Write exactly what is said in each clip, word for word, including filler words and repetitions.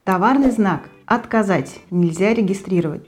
Товарный знак «Отказать» нельзя регистрировать.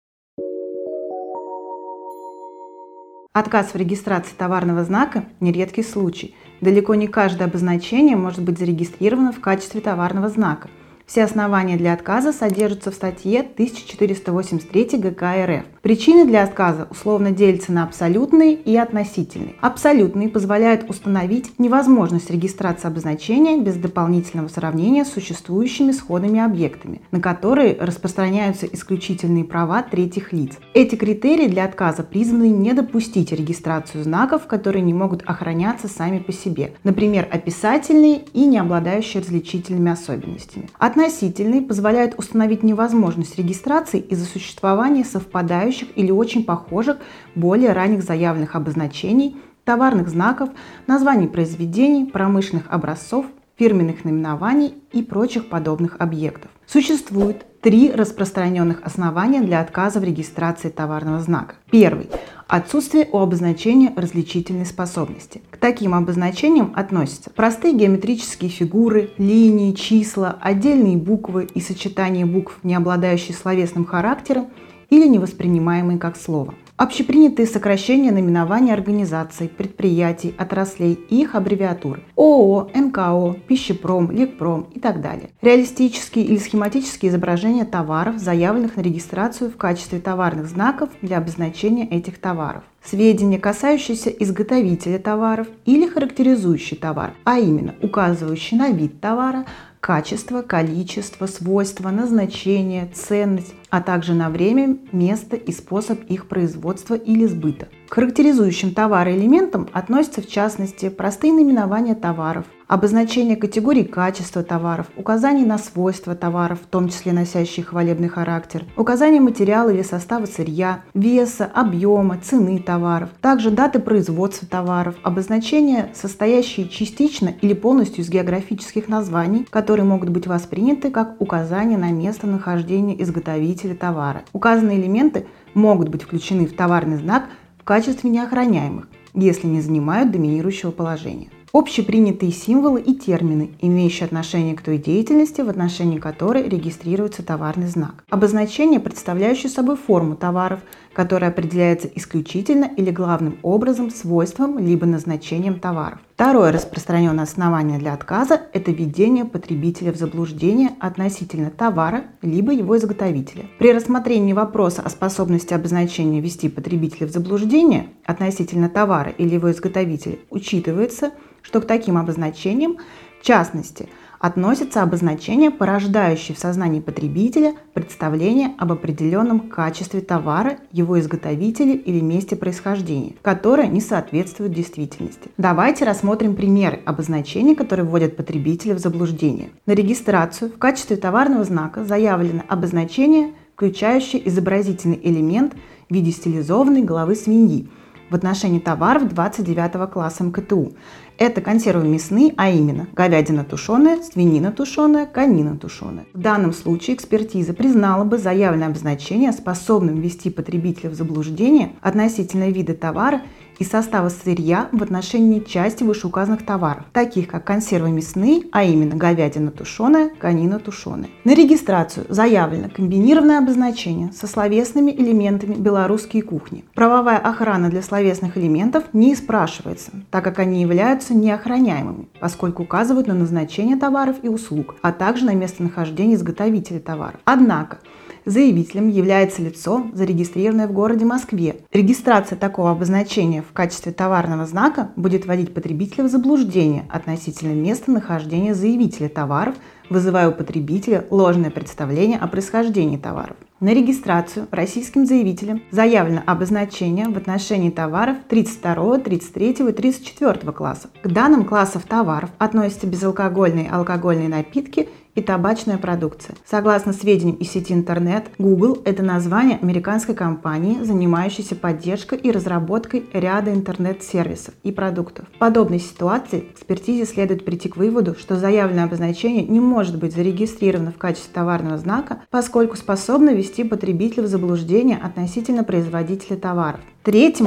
Отказ в регистрации товарного знака – нередкий случай. Далеко не каждое обозначение может быть зарегистрировано в качестве товарного знака. Все основания для отказа содержатся в статье тысяча четыреста восемьдесят три гэ ка эр эф. Причины для отказа условно делятся на абсолютные и относительные. Абсолютные позволяют установить невозможность регистрации обозначения без дополнительного сравнения с существующими сходными объектами, на которые распространяются исключительные права третьих лиц. Эти критерии для отказа призваны не допустить регистрацию знаков, которые не могут охраняться сами по себе, например, описательные и не обладающие различительными особенностями. Относительные позволяют установить невозможность регистрации из-за существования совпадающих или очень похожих более ранних заявленных обозначений, товарных знаков, названий произведений, промышленных образцов, фирменных наименований и прочих подобных объектов. Существует три распространенных основания для отказа в регистрации товарного знака. Первый – отсутствие у обозначения различительной способности. К таким обозначениям относятся простые геометрические фигуры, линии, числа, отдельные буквы и сочетания букв, не обладающие словесным характером или не воспринимаемые как слово. Общепринятые сокращения наименований организаций, предприятий, отраслей и их аббревиатур – ООО, эн ка о, Пищепром, Лекпром и так далее. Реалистические или схематические изображения товаров, заявленных на регистрацию в качестве товарных знаков для обозначения этих товаров. Сведения, касающиеся изготовителя товаров или характеризующие товар, а именно указывающие на вид товара, качество, количество, свойства, назначение, ценность, а также на время, место и способ их производства или сбыта. К характеризующим товары элементам относятся в частности простые наименования товаров, обозначение категорий качества товаров, указание на свойства товаров, в том числе носящие хвалебный характер, указание материала или состава сырья, веса, объема, цены товаров, также даты производства товаров, обозначения, состоящие частично или полностью из географических названий, которые могут быть восприняты как указание на место нахождения изготовителя товара. Указанные элементы могут быть включены в товарный знак в качестве неохраняемых, если не занимают доминирующего положения. Общепринятые символы и термины, имеющие отношение к той деятельности, в отношении которой регистрируется товарный знак. Обозначения, представляющие собой форму товаров, которая определяется исключительно или главным образом свойством либо назначением товаров. Второе распространенное основание для отказа – это введение потребителя в заблуждение относительно товара либо его изготовителя. При рассмотрении вопроса о способности обозначения ввести потребителя в заблуждение относительно товара или его изготовителя учитывается, что к таким обозначениям, в частности, относятся обозначения, порождающие в сознании потребителя представление об определенном качестве товара, его изготовителе или месте происхождения, которое не соответствует действительности. Давайте рассмотрим примеры обозначений, которые вводят потребителя в заблуждение. На регистрацию в качестве товарного знака заявлено обозначение, включающее изобразительный элемент в виде стилизованной головы свиньи в отношении товаров двадцать девятого класса эм ка тэ у. Это консервы мясные, а именно говядина тушеная, свинина тушеная, конина тушеная. В данном случае экспертиза признала бы заявленное обозначение способным ввести потребителя в заблуждение относительно вида товара и состава сырья в отношении части вышеуказанных товаров, таких как консервы мясные, а именно говядина тушеная, конина тушеная. На регистрацию заявлено комбинированное обозначение со словесными элементами белорусской кухни. Правовая охрана для словесных элементов не спрашивается, так как они являются неохраняемыми, поскольку указывают на назначение товаров и услуг, а также на местонахождение изготовителя товаров. Однако, заявителем является лицо, зарегистрированное в городе Москве. Регистрация такого обозначения в качестве товарного знака будет вводить потребителя в заблуждение относительно места нахождения заявителя товаров, вызывая у потребителя ложное представление о происхождении товаров. На регистрацию российским заявителем заявлено обозначение в отношении товаров тридцать второго, тридцать третьего и тридцать четвёртого классов. К данным классов товаров относятся безалкогольные и алкогольные напитки и табачная продукция. Согласно сведениям из сети интернет, Google – это название американской компании, занимающейся поддержкой и разработкой ряда интернет-сервисов и продуктов. В подобной ситуации экспертизе следует прийти к выводу, что заявленное обозначение не может быть зарегистрировано в качестве товарного знака, поскольку способно ввести потребителя в заблуждение относительно производителя товаров. Третьему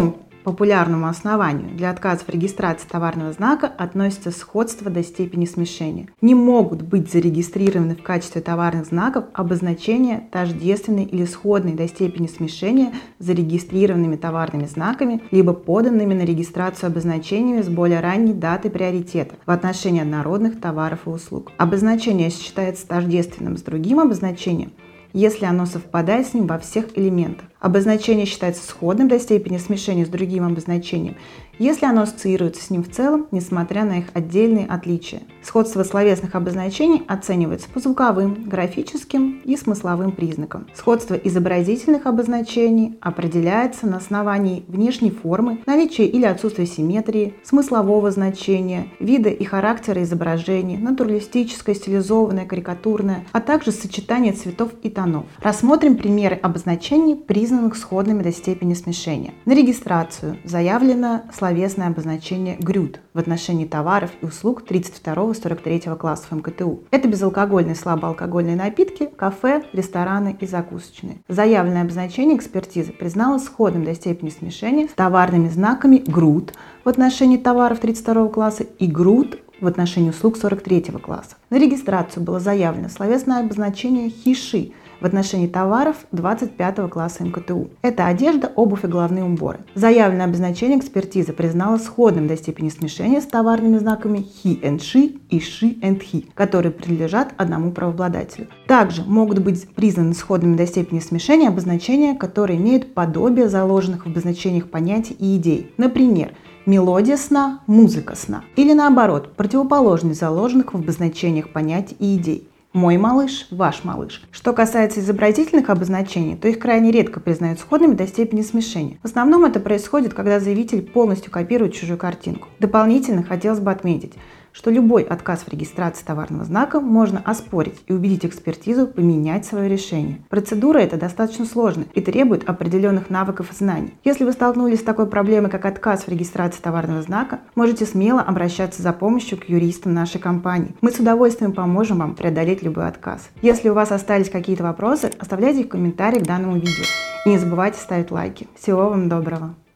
популярному основанию для отказа в регистрации товарного знака относится сходство до степени смешения. Не могут быть зарегистрированы в качестве товарных знаков обозначения, тождественные или сходные до степени смешения с зарегистрированными товарными знаками, либо поданными на регистрацию обозначениями с более ранней датой приоритета в отношении однородных товаров и услуг. Обозначение считается тождественным с другим обозначением, если оно совпадает с ним во всех элементах. Обозначение считается сходным до степени смешения с другим обозначением, если оно ассоциируется с ним в целом, несмотря на их отдельные отличия. Сходство словесных обозначений оценивается по звуковым, графическим и смысловым признакам. Сходство изобразительных обозначений определяется на основании внешней формы, наличия или отсутствия симметрии, смыслового значения, вида и характера изображений, натуралистическое, стилизованное, карикатурное, а также сочетание цветов и тонов. Рассмотрим примеры обозначений, признанных сходными до степени смешения. На регистрацию заявлено словесное обозначение «грюд» в отношении товаров и услуг тридцать второго сорок третьего классов эм ка тэ у. Это безалкогольные и слабоалкогольные напитки, кафе, рестораны и закусочные. Заявленное обозначение экспертизы признало сходным до степени смешения с товарными знаками «груд» в отношении товаров тридцать второго класса и «груд» в отношении услуг сорок третьего класса. На регистрацию было заявлено словесное обозначение «хиши» в отношении товаров двадцать пятого класса эм ка тэ у. Это одежда, обувь и головные уборы. Заявленное обозначение экспертиза признала сходным до степени смешения с товарными знаками he and she и she and he, которые принадлежат одному правообладателю. Также могут быть признаны сходными до степени смешения обозначения, которые имеют подобие заложенных в обозначениях понятий и идей. Например, мелодия сна, музыка сна. Или наоборот, противоположность заложенных в обозначениях понятий и идей. Мой малыш, ваш малыш. Что касается изобразительных обозначений, то их крайне редко признают сходными до степени смешения. В основном это происходит, когда заявитель полностью копирует чужую картинку. Дополнительно хотелось бы отметить, что любой отказ в регистрации товарного знака можно оспорить и убедить экспертизу поменять свое решение. Процедура эта достаточно сложная и требует определенных навыков и знаний. Если вы столкнулись с такой проблемой, как отказ в регистрации товарного знака, можете смело обращаться за помощью к юристам нашей компании. Мы с удовольствием поможем вам преодолеть любой отказ. Если у вас остались какие-то вопросы, оставляйте их в комментариях к данному видео. И не забывайте ставить лайки. Всего вам доброго!